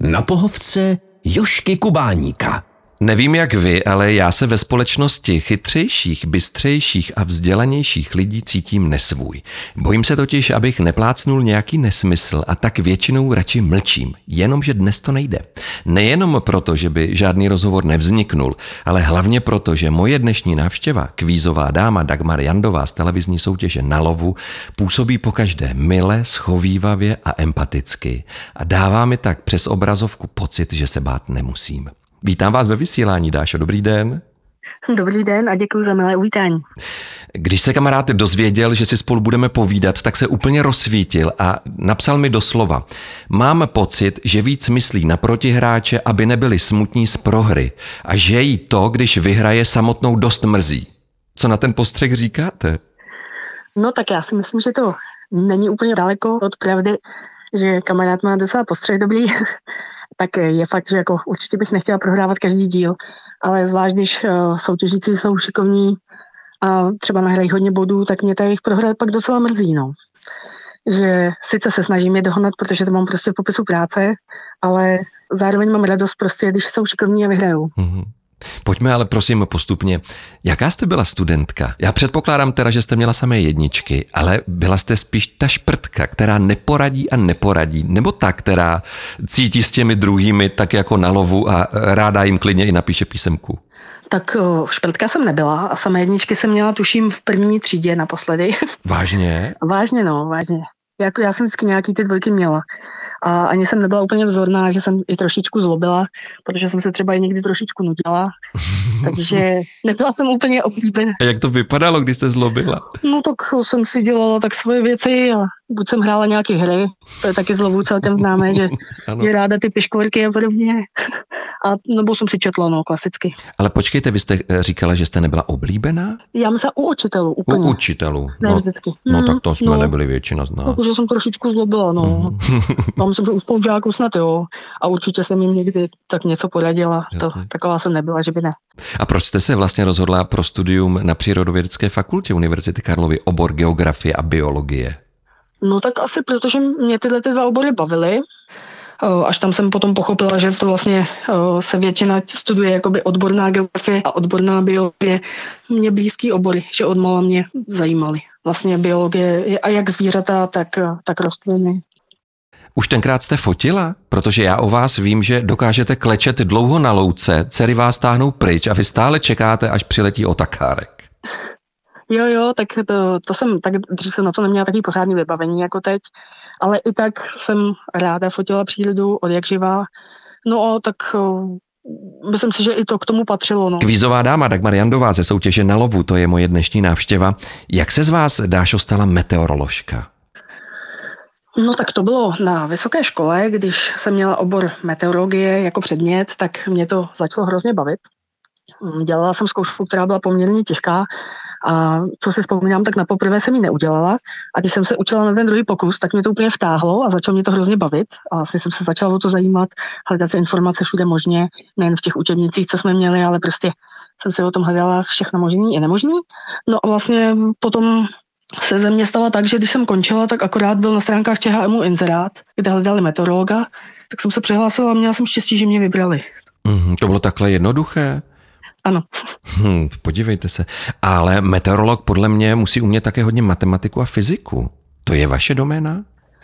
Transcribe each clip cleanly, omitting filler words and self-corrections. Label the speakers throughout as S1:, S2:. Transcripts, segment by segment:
S1: Na pohovce Jožky Kubáníka.
S2: Nevím jak vy, ale já se ve společnosti chytřejších, bystřejších a vzdělanějších lidí cítím nesvůj. Bojím se totiž, abych neplácnul nějaký nesmysl a tak většinou radši mlčím. Jenomže dnes to nejde. Nejenom proto, že by žádný rozhovor nevzniknul, ale hlavně proto, že moje dnešní návštěva, kvízová dáma Dagmar Jandová z televizní soutěže Na lovu, působí pokaždé mile, schovívavě a empaticky a dává mi tak přes obrazovku pocit, že se bát nemusím. Vítám vás ve vysílání, Dášo, dobrý den.
S3: Dobrý den a děkuji za milé uvítání.
S2: Když se kamarád dozvěděl, že si spolu budeme povídat, tak se úplně rozsvítil a napsal mi doslova: mám pocit, že víc myslí na protihráče, aby nebyli smutní z prohry a že jí to, když vyhraje, samotnou dost mrzí. Co na ten postřeh říkáte?
S3: No tak já si myslím, že to není úplně daleko od pravdy, že kamarád má docela postřeh dobrý. Tak je fakt, že jako určitě bych nechtěla prohrávat každý díl, ale zvlášť, když soutěžící jsou šikovní a třeba nahrají hodně bodů, tak mě ta jejich prohra pak docela mrzí, no. Že sice se snažím je dohnat, protože to mám prostě v popisu práce, ale zároveň mám radost prostě, když jsou šikovní a vyhrajou.
S2: Mm-hmm. Pojďme ale prosím postupně. Jaká jste byla studentka? Já předpokládám teda, že jste měla samé jedničky, ale byla jste spíš ta šprtka, která neporadí a neporadí, nebo ta, která cítí s těmi druhými tak jako Na lovu a ráda jim klidně i napíše písemku?
S3: Tak šprtka jsem nebyla a samé jedničky jsem měla tuším v první třídě naposledy.
S2: Vážně?
S3: Vážně. Jako já jsem vždycky nějaký ty dvojky měla. A ani jsem nebyla úplně vzorná, že jsem i trošičku zlobila, protože jsem se třeba i někdy trošičku nudila. Takže nebyla jsem úplně oblíbená.
S2: A jak to vypadalo, když jste zlobila?
S3: No tak jsem si dělala tak svoje věci a buď jsem hrála nějaké hry, to je taky z lovů celkem známé, že ráda ty piškvorky a podobně. A nebo jsem si četla, no, klasicky.
S2: Ale počkejte, vy jste říkala, že jste nebyla oblíbená?
S3: Já myslím u učitelů úplně.
S2: U učitelů?
S3: Ne, vždycky.
S2: No tak to jsme nebyli většina z nás.
S3: Takže jsem trošičku zlobila, no. Já myslím, že u spolužáků snad jo. A určitě jsem jim někdy tak něco poradila. To, taková jsem nebyla, že by ne.
S2: A proč jste se vlastně rozhodla pro studium na Přírodovědecké fakultě Univerzity Karlovy, obor geografie a biologie?
S3: No tak asi protože mě tyhle dva obory bavily. Až tam jsem potom pochopila, že to vlastně se většina studuje jakoby odborná geografie a odborná biologie. Mě blízký obory, že odmala mě zajímaly. Vlastně biologie a jak zvířata, tak rostliny.
S2: Už tenkrát jste fotila? Protože já o vás vím, že dokážete klečet dlouho na louce, dcery vás táhnou pryč a vy stále čekáte, až přiletí otakárek.
S3: Jo, tak to jsem, tak dřív jsem na to neměla takový pořádný vybavení jako teď, ale i tak jsem ráda fotila přírodu od jak živá. No tak myslím si, že i to k tomu patřilo. No.
S2: Kvízová dáma Dagmar Jandová ze soutěže Na lovu, to je moje dnešní návštěva. Jak se z vás, Dášo, stala meteoroložka?
S3: No tak to bylo na vysoké škole, když jsem měla obor meteorologie jako předmět, tak mě to začalo hrozně bavit. Dělala jsem zkoušku, která byla poměrně těžká a co si vzpomínám, tak na poprvé jsem ji neudělala a když jsem se učila na ten druhý pokus, tak mě to úplně vtáhlo a začalo mě to hrozně bavit a asi jsem se začala o to zajímat, hledat si informace všude možně, nejen v těch učebnicích, co jsme měli, ale prostě jsem si o tom hledala všechno možný i nemožný. No a vlastně potom se ze mě stala tak, že když jsem končila, tak akorát byl na stránkách ČHMu inzerát, kde hledali meteorologa, tak jsem se přihlásila a měla jsem štěstí, že mě vybrali.
S2: To bylo takhle jednoduché?
S3: Ano.
S2: Podívejte se. Ale meteorolog podle mě musí umět také hodně matematiku a fyziku. To je vaše doména?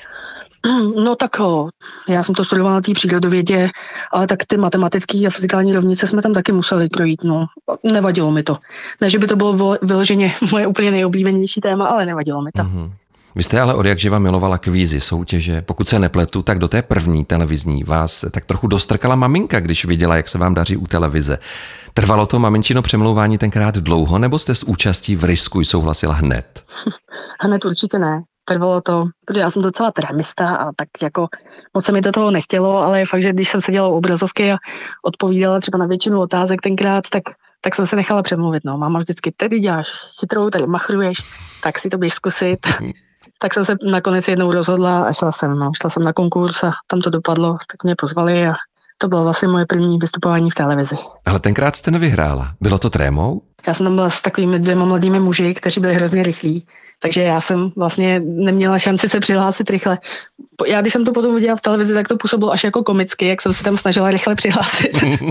S3: No tak já jsem to studovala na té přírodovědě, ale tak ty matematické a fyzikální rovnice jsme tam taky museli projít, no. Nevadilo mi to. Ne, že by to bylo vyloženě moje úplně nejoblíbenější téma, ale nevadilo mi to. Mm-hmm.
S2: Vy jste ale od jak živa milovala kvízy, soutěže. Pokud se nepletu, tak do té první televizní vás tak trochu dostrkala maminka, když viděla, jak se vám daří u televize. Trvalo to maminčino přemlouvání tenkrát dlouho, nebo jste s účastí v risku souhlasila hned?
S3: Hned určitě ne. Trvalo to, protože já jsem docela trémista a tak jako moc se mi do toho nechtělo, ale je fakt, že když jsem seděla u obrazovky a odpovídala třeba na většinu otázek tenkrát, tak jsem se nechala přemluvit. No, máma vždycky, tady děláš chytrou, tady machruješ, tak si to běž zkusit. Tak jsem se nakonec jednou rozhodla a šla jsem na konkurs a tam to dopadlo, tak mě pozvali a To bylo vlastně moje první vystupování v televizi.
S2: Ale tenkrát jste nevyhrála. Bylo to trémou?
S3: Já jsem tam byla s takovými 2 mladými muži, kteří byli hrozně rychlí, takže já jsem vlastně neměla šanci se přihlásit rychle. Já, když jsem to potom viděla v televizi, tak to působilo až jako komicky, jak jsem se tam snažila rychle přihlásit.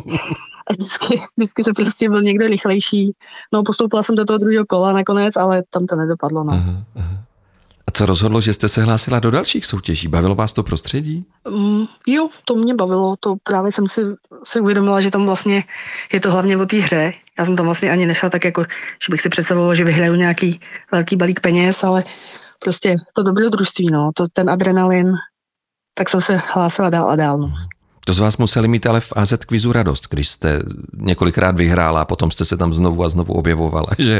S3: A vždycky se prostě byl někdo rychlejší. No, postoupila jsem do toho druhého kola nakonec, ale tam to nedopadlo, no.
S2: Aha. A co rozhodlo, že jste se hlásila do dalších soutěží? Bavilo vás to prostředí?
S3: Jo, to mě bavilo. To právě jsem si uvědomila, že tam vlastně je to hlavně o té hře. Já jsem tam vlastně ani nešla tak jako, že bych si představovala, že vyhraju nějaký velký balík peněz, ale prostě to dobrodružství, no, ten adrenalin, tak jsem se hlásila dál a dál, no.
S2: To z vás museli mít ale v AZ Quizu radost, když jste několikrát vyhrála a potom jste se tam znovu a znovu objevovala, že?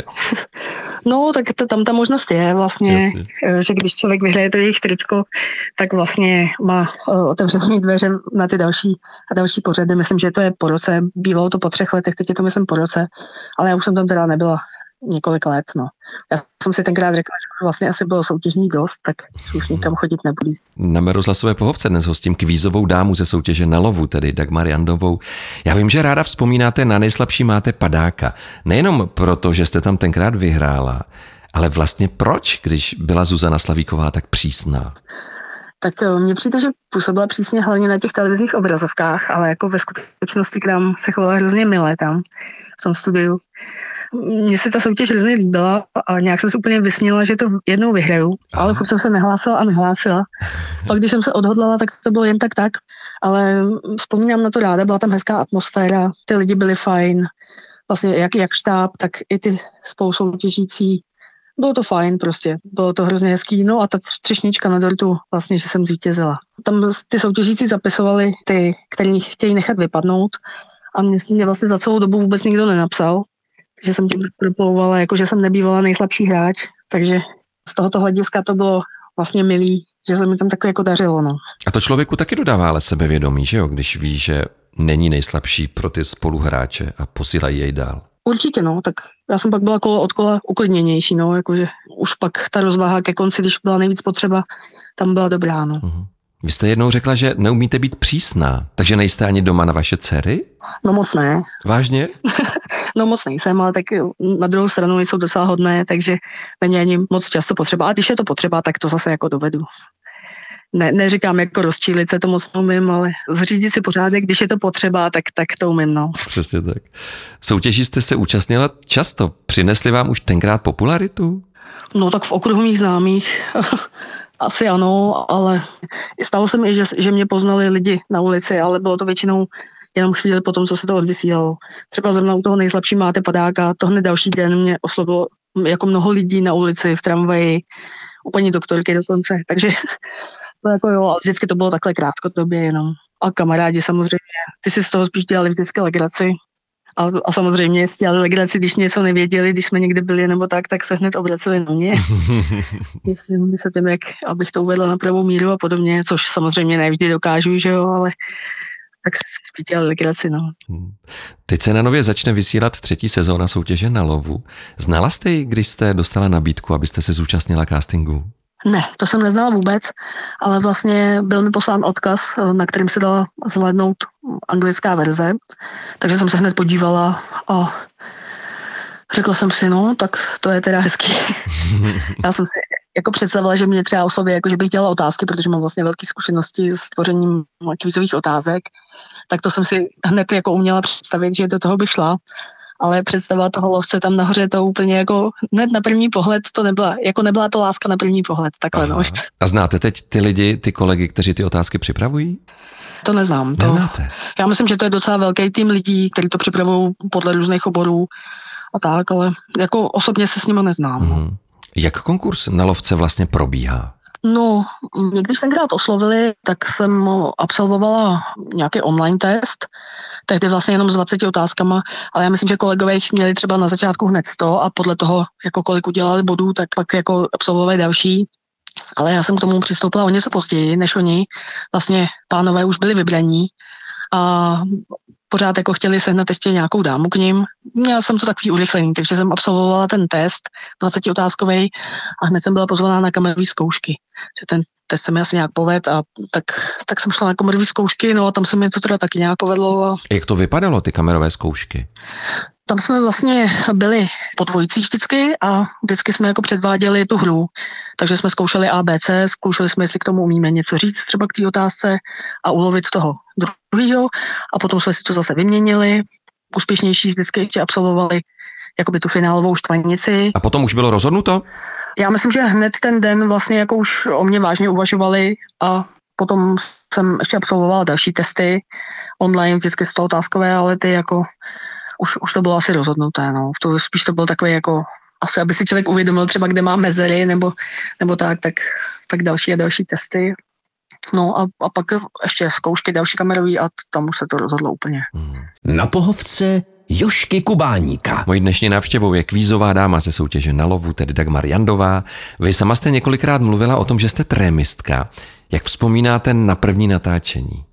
S3: No, tak tam ta možnost je vlastně, že když člověk vyhraje to jejich tričko, tak vlastně má otevřené dveře na ty další pořady. Myslím, že to je po roce, bývalo to po 3 letech, teď je to myslím po roce, ale já už jsem tam teda nebyla několik let, no. Já jsem si tenkrát řekla, že vlastně asi bylo soutěžní dost, tak už nikam chodit nebudu.
S2: Na Mé rozhlasové pohovce dnes hostím kvízovou dámu ze soutěže Na lovu, tedy Dagmar Jandovou. Já vím, že ráda vzpomínáte na Nejslabší máte padáka. Nejenom proto, že jste tam tenkrát vyhrála, ale vlastně proč, když byla Zuzana Slavíková tak přísná?
S3: Tak mně přijde, že působila přísně hlavně na těch televizních obrazovkách, ale jako ve skutečnosti k nám se chovala hrozně milé tam v tom studiu. Mně se ta soutěž hrozně líbila a nějak jsem si úplně vysnila, že to jednou vyhraju, ale furt jsem se nehlásila. Pak když jsem se odhodlala, tak to bylo jen tak, ale vzpomínám na to ráda, byla tam hezká atmosféra, ty lidi byli fajn, vlastně jak štáb, tak i ty spolusoutěžící. Bylo to fajn prostě, bylo to hrozně hezký, no a ta třešnička na dortu vlastně, že jsem zvítězila. Tam ty soutěžící zapisovali ty, který chtějí nechat vypadnout a mě vlastně za celou dobu vůbec nikdo nenapsal, takže jsem tím proplouvala, jako že jsem nebývala nejslabší hráč, takže z tohoto hlediska to bylo vlastně milý, že se mi tam takhle jako dařilo, no.
S2: A to člověku taky dodává ale sebevědomí, že jo, když ví, že není nejslabší pro ty spoluhráče a posílají jej dál.
S3: Určitě, no, tak já jsem pak byla kolo od kola uklidněnější, no, jakože už pak ta rozvaha ke konci, když byla nejvíc potřeba, tam byla dobrá, no.
S2: Vy jste jednou řekla, že neumíte být přísná, takže nejste ani doma na vaše dcery?
S3: No moc ne.
S2: Vážně?
S3: No moc nejsem, ale tak na druhou stranu jsou docela hodné, takže není ani moc často potřeba. A když je to potřeba, tak to zase jako dovedu. Neříkám jako rozčílit se, to moc neumím, ale zřídit si pořádek, když je to potřeba, tak to umím, no.
S2: Přesně tak. Soutěží jste se účastnila často. Přinesli vám už tenkrát popularitu?
S3: No tak v okruhu mých známých asi ano, ale stalo se mi, že mě poznali lidi na ulici, ale bylo to většinou jenom chvíli po tom, co se to odvysílalo. Třeba zrovna u toho Nejslabší máte padáka, to hned další den mě oslovilo jako mnoho lidí na ulici, v tramvaji, u paní doktorky dokonce, takže to jako jo, ale vždycky to bylo takhle krátkodobě jenom. A kamarádi samozřejmě, ty si z toho spíš dělali vždycky legraci. A samozřejmě si dělali legraci, když něco nevěděli, když jsme někde byli nebo tak se hned obraceli na mě. Jestli se tím, abych to uvedla na pravou míru a podobně, což samozřejmě ne vždy dokážu, že jo, ale tak si spíš dělali legraci, no.
S2: Teď se na Nově začne vysílat 3. sezóna soutěže Na lovu. Znala jste ji, když jste dostala nabídku, abyste se zúčastnila castingu?
S3: Ne, to jsem neznala vůbec, ale vlastně byl mi poslán odkaz, na kterým se dala zhlédnout anglická verze, takže jsem se hned podívala a řekla jsem si, no, tak to je teda hezký. Já jsem si jako představila, že mě třeba o sobě, jako že bych dělala otázky, protože mám vlastně velké zkušenosti s tvořením kvízových otázek, tak to jsem si hned jako uměla představit, že do toho bych šla. Ale představa toho lovce tam nahoře, to úplně jako hned na první pohled to nebyla to láska na první pohled, takhle. No.
S2: A znáte teď ty lidi, ty kolegy, kteří ty otázky připravují?
S3: To neznám.
S2: Neznáte?
S3: Já myslím, že to je docela velký tým lidí, kteří to připravují podle různých oborů a tak, ale jako osobně se s nimi neznám.
S2: Jak konkurs na lovce vlastně probíhá?
S3: No, mě když tenkrát oslovili, tak jsem absolvovala nějaký online test, tehdy vlastně jenom s 20 otázkama, ale já myslím, že kolegové jich měli třeba na začátku hned 100 a podle toho, jako kolik udělali bodů, tak pak jako absolvovali další. Ale já jsem k tomu přistoupila o něco později než oni. Vlastně pánové už byli vybraní a pořád jako chtěli sehnat ještě nějakou dámu k nim. Měla jsem to takový urychlený, takže jsem absolvovala ten test 20-otázkovej a hned jsem byla pozvaná na kamerové zkoušky. Že ten test se mi asi nějak povedl a tak jsem šla na kamerové zkoušky, no a tam se mi to teda taky nějak povedlo. A
S2: Jak to vypadalo, ty kamerové zkoušky?
S3: tam jsme vlastně byli po dvojicích vždycky a vždycky jsme jako předváděli tu hru. Takže jsme zkoušeli ABC, zkoušeli jsme, jestli k tomu umíme něco říct třeba k té otázce a ulovit toho druhého a potom jsme si to zase vyměnili. Úspěšnější vždycky ještě absolvovali jakoby tu finálovou štvanici.
S2: A potom už bylo rozhodnuto?
S3: Já myslím, že hned ten den vlastně jako už o mě vážně uvažovali a potom jsem ještě absolvovala další testy online, vždycky 100otázkové, ale ty jako už to bylo asi rozhodnuté, no. Spíš to bylo takové jako, asi aby si člověk uvědomil třeba, kde má mezery, nebo tak další a další testy. No a pak ještě zkoušky další kamerový a tam už se to rozhodlo úplně.
S1: Na pohovce Jožky Kubáníka.
S2: Mojí dnešní návštěvou je kvízová dáma ze soutěže Na lovu, tedy Dagmar Jandová. Vy sama jste několikrát mluvila o tom, že jste trémistka. Jak vzpomínáte na první natáčení?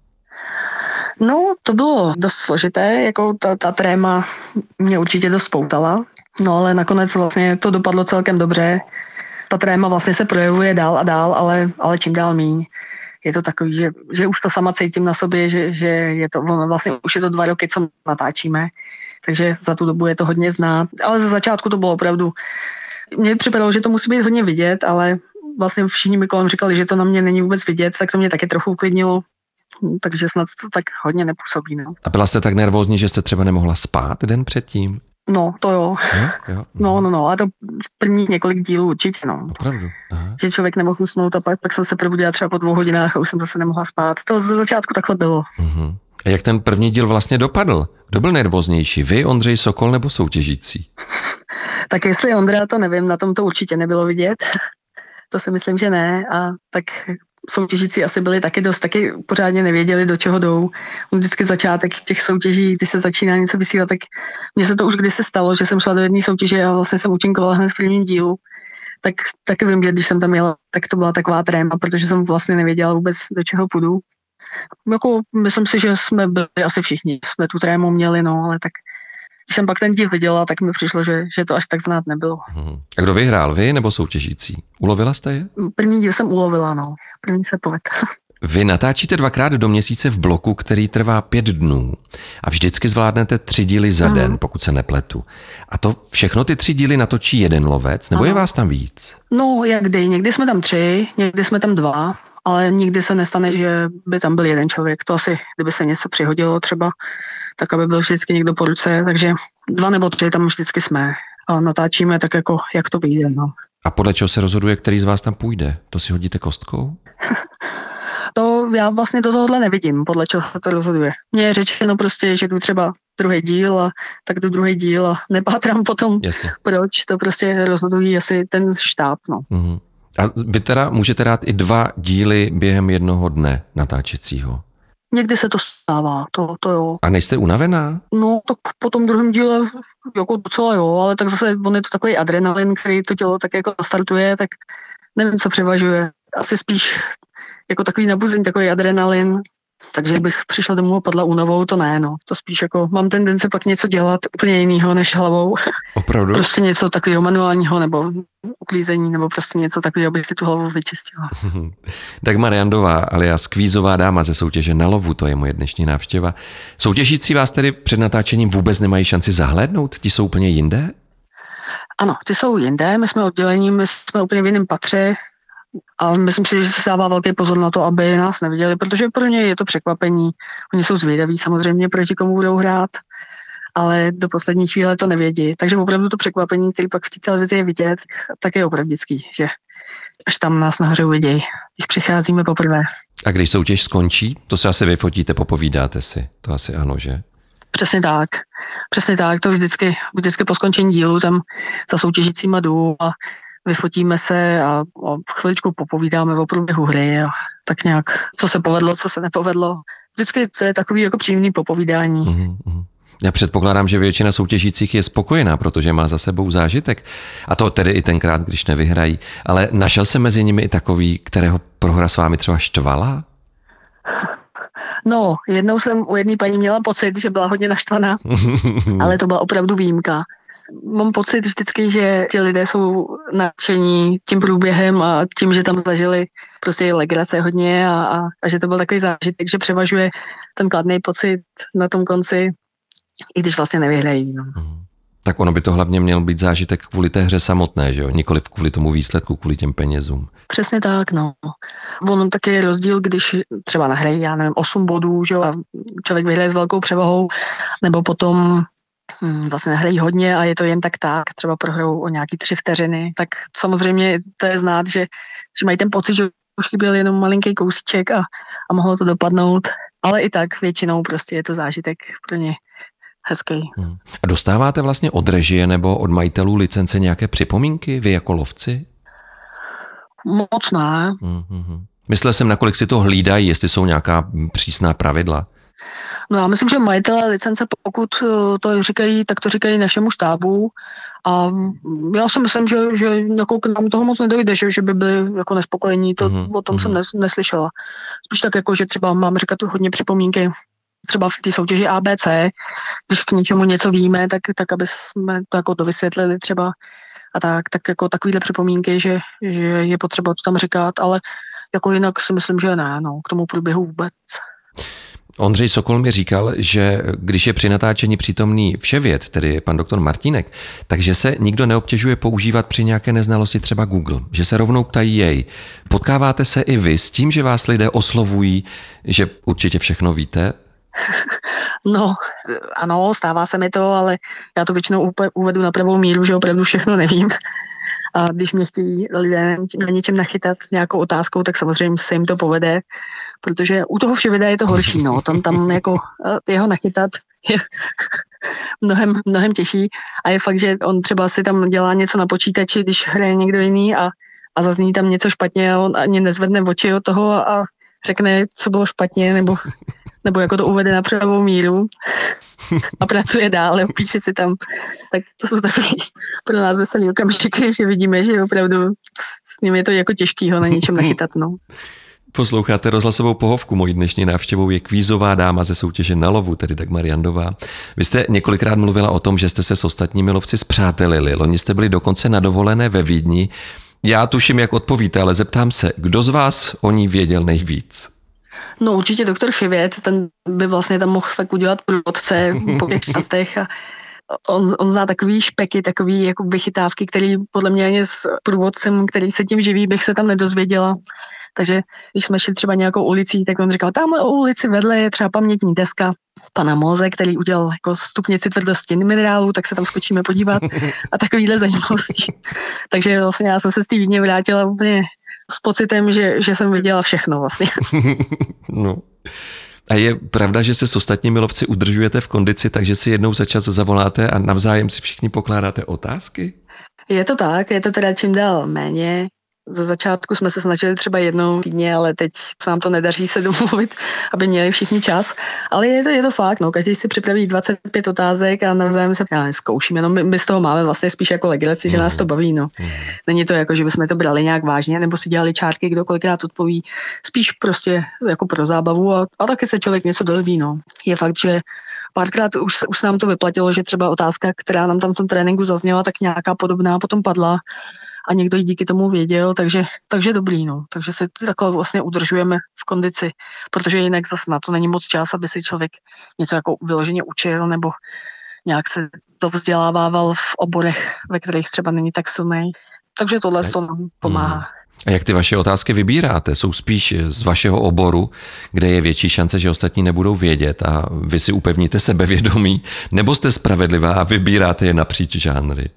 S3: No, to bylo dost složité, jako ta tréma mě určitě dost poutala, no ale nakonec vlastně to dopadlo celkem dobře. Ta tréma vlastně se projevuje dál a dál, ale čím dál míň. Je to takový, že už to sama cítím na sobě, že je to, vlastně už je to 2 roky, co natáčíme, takže za tu dobu je to hodně znát. Ale ze začátku to bylo opravdu, mně připadalo, že to musí být hodně vidět, ale vlastně všichni mi kolem říkali, že to na mě není vůbec vidět, tak to mě taky trochu uklidnilo. Takže snad to tak hodně nepůsobí. No.
S2: A byla jste tak nervózní, že jste třeba nemohla spát den předtím?
S3: No, to jo.
S2: Jo?
S3: No, a to prvních několik dílů určitě, no.
S2: Opravdu? Aha.
S3: Že člověk nemohl usnout a pak jsem se probudila třeba po 2 hodinách a už jsem zase nemohla spát. To ze začátku takhle bylo.
S2: Uh-huh. A jak ten první díl vlastně dopadl? Kdo byl nervóznější? Vy, Ondřej Sokol nebo soutěžící?
S3: Tak jestli Ondra, to nevím, na tom to určitě nebylo vidět. To si myslím, že ne. A tak soutěžící asi byli taky pořádně nevěděli, do čeho jdou. Vždycky začátek těch soutěží, když se začíná něco vysílat, tak mně se to už kdysi stalo, že jsem šla do jedné soutěže a vlastně jsem účinkovala hned v prvním dílu. Tak taky vím, že když jsem tam jela, tak to byla taková tréma, protože jsem vlastně nevěděla vůbec, do čeho půjdu. Jako, myslím si, že jsme byli asi všichni, jsme tu trému měli, no, ale tak když jsem pak ten díl viděla, tak mi přišlo, že to až tak znát nebylo.
S2: A kdo vyhrál, vy nebo soutěžící? Ulovila jste je?
S3: První díl jsem ulovila, no. První se povedl.
S2: Vy natáčíte 2krát do měsíce v bloku, který trvá 5 dnů a vždycky zvládnete 3 díly za den, pokud se nepletu. A to všechno ty 3 díly natočí jeden lovec, nebo je vás tam víc?
S3: No, jak kdy. Někdy jsme tam 3, někdy jsme tam 2, ale nikdy se nestane, že by tam byl jeden člověk. To asi, kdyby se něco přihodilo třeba, tak aby byl vždycky někdo po ruce, takže 2 nebo 3 tam vždycky jsme a natáčíme tak jako, jak to vyjde, no.
S2: A podle čeho se rozhoduje, který z vás tam půjde? To si hodíte kostkou?
S3: To já vlastně do tohohle nevidím, podle čeho se to rozhoduje. Mně je řečeno prostě, že jdu třeba druhý díl a tak jdu druhý díl a nepátrám potom,
S2: Jasně.
S3: Proč, to prostě rozhodují asi ten štáb, no.
S2: Uh-huh. A vy teda můžete dát i 2 díly během jednoho dne natáčecího?
S3: Někdy se to stává, to jo.
S2: A nejste unavená?
S3: No, tak po tom druhém díle jako docela jo, ale tak zase on je to takový adrenalin, který to tělo tak jako nastartuje, tak nevím, co převažuje. Asi spíš jako takový nabuzení, takový adrenalin, takže bych přišla domů a padla únavou, to ne, no. To spíš jako mám tendence pak něco dělat úplně jinýho než hlavou.
S2: Opravdu?
S3: Prostě něco takového manuálního nebo uklízení, nebo prostě něco takového, abych si tu hlavu vyčistila.
S2: Dagmar Jandová, alias kvízová dáma ze soutěže Na lovu, to je moje dnešní návštěva. Soutěžící vás tedy před natáčením vůbec nemají šanci zahlédnout? Ti jsou úplně jinde?
S3: Ano, ty jsou jinde, my jsme oddělení, my jsme úplně v jiném patře a myslím si, že se dává velký pozor na to, aby nás neviděli, protože pro ně je to překvapení. Oni jsou zvědaví samozřejmě, proti komu budou hrát, ale do poslední chvíle to nevědí. Takže opravdu to překvapení, který pak v té televizi je vidět, tak je opravdický, že až tam nás nahoře uvidějí, když přicházíme poprvé.
S2: A když soutěž skončí, to se asi vyfotíte, popovídáte si. To asi ano, že?
S3: Přesně tak, to vždycky po skončení dílu tam za soutěžícíma jdu a vyfotíme se a chviličku popovídáme o průběhu hry a tak nějak, co se povedlo, co se nepovedlo. Vždycky to je takový jako příjemný popovídání.
S2: Mm-hmm. Já předpokládám, že většina soutěžících je spokojená, protože má za sebou zážitek. A to tedy i tenkrát, když nevyhrají. Ale našel se mezi nimi i takový, kterého prohra s vámi třeba štvala?
S3: No, jednou jsem u jedné paní měla pocit, že byla hodně naštvaná, ale to byla opravdu výjimka. Mám pocit vždycky, že ti lidé jsou nadšení tím průběhem a tím, že tam zažili prostě legrace hodně a že to byl takový zážitek, že převažuje ten kladný pocit na tom konci, i když vlastně nevyhrají. No.
S2: Tak ono by to hlavně měl být zážitek kvůli té hře samotné, že jo? Nikoliv kvůli tomu výsledku, kvůli těm penězům.
S3: Přesně tak, no. Ono taky je rozdíl, když třeba nahrají, já nevím, 8 bodů, že jo, a člověk vyhraje s velkou převahou, nebo potom vlastně nahrají hodně a je to jen tak, třeba prohrou o nějaký 3 vteřiny, tak samozřejmě to je znát, že mají ten pocit, že už chyběl jenom malinký kousíček a mohlo to dopadnout, ale i tak většinou prostě je to zážitek pro ně hezký.
S2: A dostáváte vlastně od režie nebo od majitelů licence nějaké připomínky, vy jako lovci?
S3: Moc ne.
S2: Myslel jsem, nakolik si to hlídají, jestli jsou nějaká přísná pravidla.
S3: No já myslím, že majitelé licence, pokud to říkají, tak to říkají našemu štábu a já si myslím, že jako k nám toho moc nedojde, že by byli jako nespokojení, o tom jsem neslyšela. Spíš tak jako, že třeba mám říkat hodně připomínky, třeba v té soutěži ABC, když k něčemu něco víme, tak aby jsme to jako dovysvětlili třeba a tak jako takovýhle připomínky, že je potřeba to tam říkat, ale jako jinak si myslím, že ne, no, k tomu průběhu vůbec.
S2: Ondřej Sokol mi říkal, že když je při natáčení přítomný vševěd, tedy pan doktor Martínek, takže se nikdo neobtěžuje používat při nějaké neznalosti třeba Google, že se rovnou ptají jej. Potkáváte se i vy s tím, že vás lidé oslovují, že určitě všechno víte?
S3: No, ano, stává se mi to, ale já to většinou uvedu na pravou míru, že opravdu všechno nevím. A když mě chtějí lidé na něčem nachytat nějakou otázkou, tak samozřejmě se jim to povede, protože u toho vševěda je to horší, no. Tam jako jeho nachytat je mnohem těžší a je fakt, že on třeba si tam dělá něco na počítači, když hraje někdo jiný a zazní tam něco špatně a on ani nezvedne oči od toho a řekne, co bylo špatně, nebo jako to uvede na pravou míru a pracuje dál, píše si tam. Tak to jsou takový pro nás veselý okamžiky, že vidíme, že opravdu s ním je to jako těžký ho na něčem nachytat. No.
S2: Posloucháte rozhlasovou pohovku. Mojí dnešní návštěvou je kvízová dáma ze soutěže Na lovu, tedy Dagmar Jandová. Vy jste několikrát mluvila o tom, že jste se s ostatními lovci spřátelili. Loni jste byli dokonce na dovolené ve Vídni. Já tuším, jak odpovíte, ale zeptám se, kdo z vás o ní věděl nejvíc?
S3: No určitě doktor Šivět, ten by vlastně tam mohl fakt udělat průvodce po těch částech a on zná takový špeky, takový jako vychytávky, který podle mě ani s průvodcem, který se tím živí, bych se tam nedozvěděla. Takže když jsme šli třeba nějakou ulicí, tak on říkal, tam o ulici vedle je třeba pamětní deska pana Moze, který udělal jako stupnici tvrdosti minerálů, tak se tam skočíme podívat a takovýhle zajímavosti. Takže vlastně já jsem se z té Vídně vrátila úplně s pocitem, že jsem viděla všechno vlastně.
S2: No. A je pravda, že se s ostatními lovci udržujete v kondici, takže si jednou za čas zavoláte a navzájem si všichni pokládáte otázky?
S3: Je to tak, je to teda čím dál méně. Za začátku jsme se snažili třeba jednou týdně, ale teď se nám to nedaří se domluvit, aby měli všichni čas. Ale je to fakt, no, každý si připraví 25 otázek a navzájem se zkoušíme. No, my z toho máme vlastně spíš jako legraci, že nás to baví. No. Není to jako, že bychom to brali nějak vážně, nebo si dělali čárky, kdo kolikrát odpoví. Spíš prostě jako pro zábavu a taky se člověk něco dozví. No. Je fakt, že párkrát už se nám to vyplatilo, že třeba otázka, která nám tam v tom tréninku zazněla, tak nějaká podobná potom padla. A někdo ji díky tomu věděl, takže dobrý, no. Takže se takhle vlastně udržujeme v kondici, protože jinak zase na to není moc čas, aby si člověk něco jako vyloženě učil nebo nějak se to vzdělávával v oborech, ve kterých třeba není tak silný. Takže tohle to nám pomáhá.
S2: A jak ty vaše otázky vybíráte? Jsou spíš z vašeho oboru, kde je větší šance, že ostatní nebudou vědět a vy si upevníte sebevědomí, nebo jste spravedlivá a vybíráte je napříč žánry?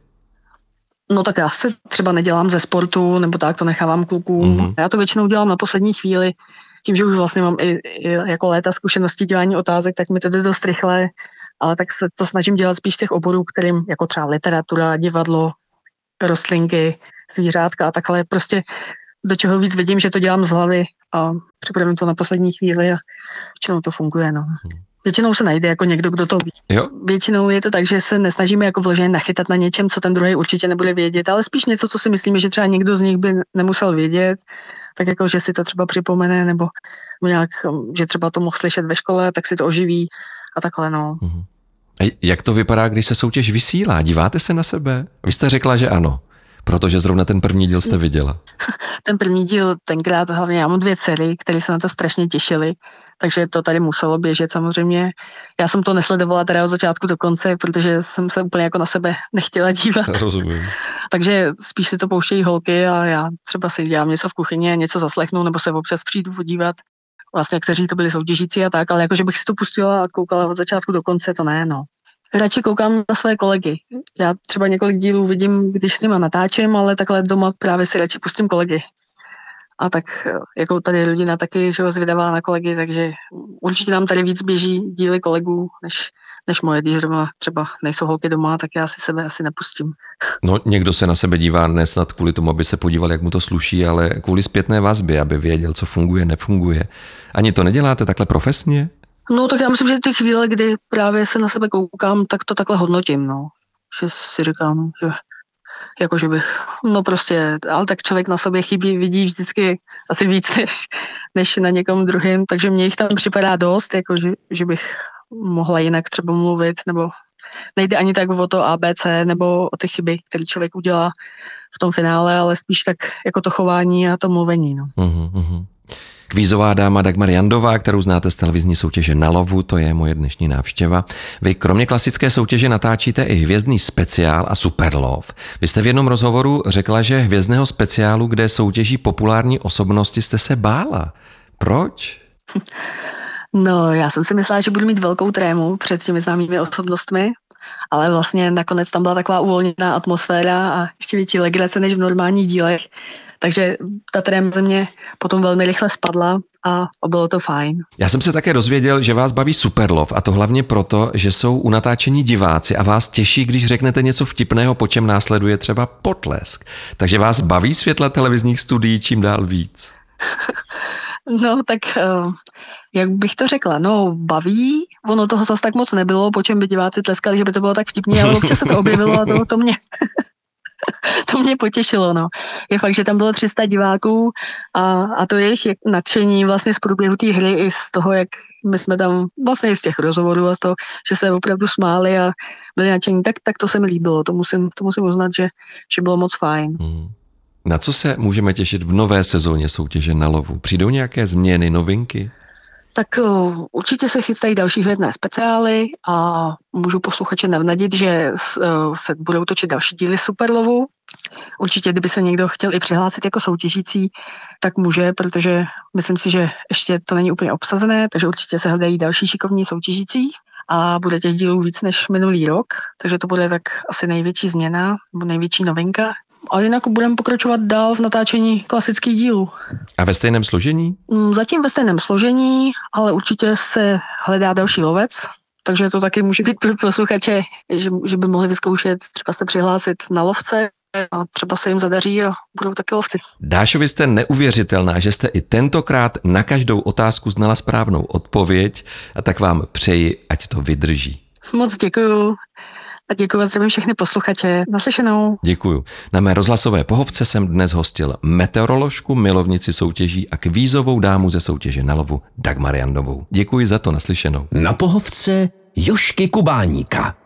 S3: No tak já se třeba nedělám ze sportu, nebo tak, to nechávám klukům. Já to většinou dělám na poslední chvíli, tím, že už vlastně mám i jako léta zkušeností dělání otázek, tak mi to jde dost rychle, ale tak se to snažím dělat spíš těch oborů, kterým jako třeba literatura, divadlo, rostlinky, zvířátka a takhle. Prostě do čeho víc vidím, že to dělám z hlavy a připravím to na poslední chvíli a většinou to funguje, no. Většinou se najde jako někdo, kdo to ví.
S2: Jo.
S3: Většinou je to tak, že se nesnažíme jako vloženě nachytat na něčem, co ten druhý určitě nebude vědět, ale spíš něco, co si myslíme, že třeba někdo z nich by nemusel vědět tak jako, že si to třeba připomene, nebo nějak, že třeba to mohl slyšet ve škole, tak si to oživí a takhle, no.
S2: A jak to vypadá, když se soutěž vysílá? Díváte se na sebe? Vy jste řekla, že ano, protože zrovna ten první díl jste viděla.
S3: Ten první díl, tenkrát hlavně já mám 2 dcery, které se na to strašně těšily, takže to tady muselo běžet samozřejmě. Já jsem to nesledovala teda od začátku do konce, protože jsem se úplně jako na sebe nechtěla dívat.
S2: Rozumím.
S3: Takže spíš si to pouštějí holky a já třeba si dělám něco v kuchyni, něco zaslechnu, nebo se občas přijdu podívat. Vlastně, kteří to byli soutěžící a tak, ale jakože bych si to pustila a koukala od začátku do konce, to ne, no. Radši koukám na své kolegy. Já třeba několik dílů vidím, když s nima natáčím, ale takhle doma právě si radši pustím kolegy. A tak jako tady rodina taky, že ho zvědavá na kolegy, takže určitě nám tady víc běží díly kolegů, než moje, když zrovna třeba nejsou holky doma, tak já si sebe asi nepustím.
S2: No, někdo se na sebe dívá ne snad kvůli tomu, aby se podíval, jak mu to sluší, ale kvůli zpětné vazbě, aby věděl, co funguje, nefunguje. Ani to neděláte takhle profesně?
S3: No tak já myslím, že ty chvíle, kdy právě se na sebe koukám, tak to takhle hodnotím, no. Že si říkám, že jako, že bych, no prostě, ale tak člověk na sobě chybí, vidí vždycky asi víc než na někom druhým, takže mně jich tam připadá dost, jako, že bych mohla jinak třeba mluvit, nebo nejde ani tak o to ABC, nebo o ty chyby, které člověk udělá v tom finále, ale spíš tak jako to chování a to mluvení, no.
S2: Kvízová dáma Dagmar Jandová, kterou znáte z televizní soutěže Na lovu, to je moje dnešní návštěva. Vy kromě klasické soutěže natáčíte i hvězdný speciál a Superlov. Vy jste v jednom rozhovoru řekla, že hvězdného speciálu, kde soutěží populární osobnosti, jste se bála. Proč?
S3: No, já jsem si myslela, že budu mít velkou trému před těmi známými osobnostmi, ale vlastně nakonec tam byla taková uvolněná atmosféra a ještě větší legrace než v normálních dílech. Takže ta tréma ze mě potom velmi rychle spadla a bylo to fajn.
S2: Já jsem se také dozvěděl, že vás baví Superlov, a to hlavně proto, že jsou u natáčení diváci a vás těší, když řeknete něco vtipného, po čem následuje třeba potlesk. Takže vás baví světla televizních studií čím dál víc?
S3: No tak, jak bych to řekla, no baví, ono toho zase tak moc nebylo, po čem by diváci tleskali, že by to bylo tak vtipný, ale občas se to objevilo a to mě... To mě potěšilo, no. Je fakt, že tam bylo 300 diváků a to jejich nadšení vlastně z průběhu té hry i z toho, jak my jsme tam vlastně i z těch rozhovorů a z toho, že se opravdu smáli a byli nadšení, tak to se mi líbilo. To musím uznat, že bylo moc fajn.
S2: Na co se můžeme těšit v nové sezóně soutěže Na lovu? Přijdou nějaké změny, novinky?
S3: Tak určitě se chystají další hvězdné speciály a můžu posluchače navnadit, že se budou točit další díly Superlovu. Určitě, kdyby se někdo chtěl i přihlásit jako soutěžící, tak může, protože myslím si, že ještě to není úplně obsazené, takže určitě se hledají další šikovní soutěžící a bude těch dílů víc než minulý rok, takže to bude tak asi největší změna, nebo největší novinka. A jinak budeme pokračovat dál v natáčení klasických dílů.
S2: A ve stejném složení?
S3: Zatím ve stejném složení, ale určitě se hledá další lovec, takže to taky může být pro posluchače, že by mohli vyzkoušet třeba se přihlásit na lovce a třeba se jim zadaří a budou taky lovci.
S2: Dášo, vy jste neuvěřitelná, že jste i tentokrát na každou otázku znala správnou odpověď, a tak vám přeji, ať to vydrží.
S3: Moc děkuju. A děkuji a zdravím všechny posluchače. Naslyšenou.
S2: Děkuju. Na mé rozhlasové pohovce jsem dnes hostil meteoroložku, milovnici soutěží a kvízovou dámu ze soutěže Na lovu Dagmar Jandovou. Děkuji za to, naslyšenou.
S1: Na pohovce Jožky Kubáníka.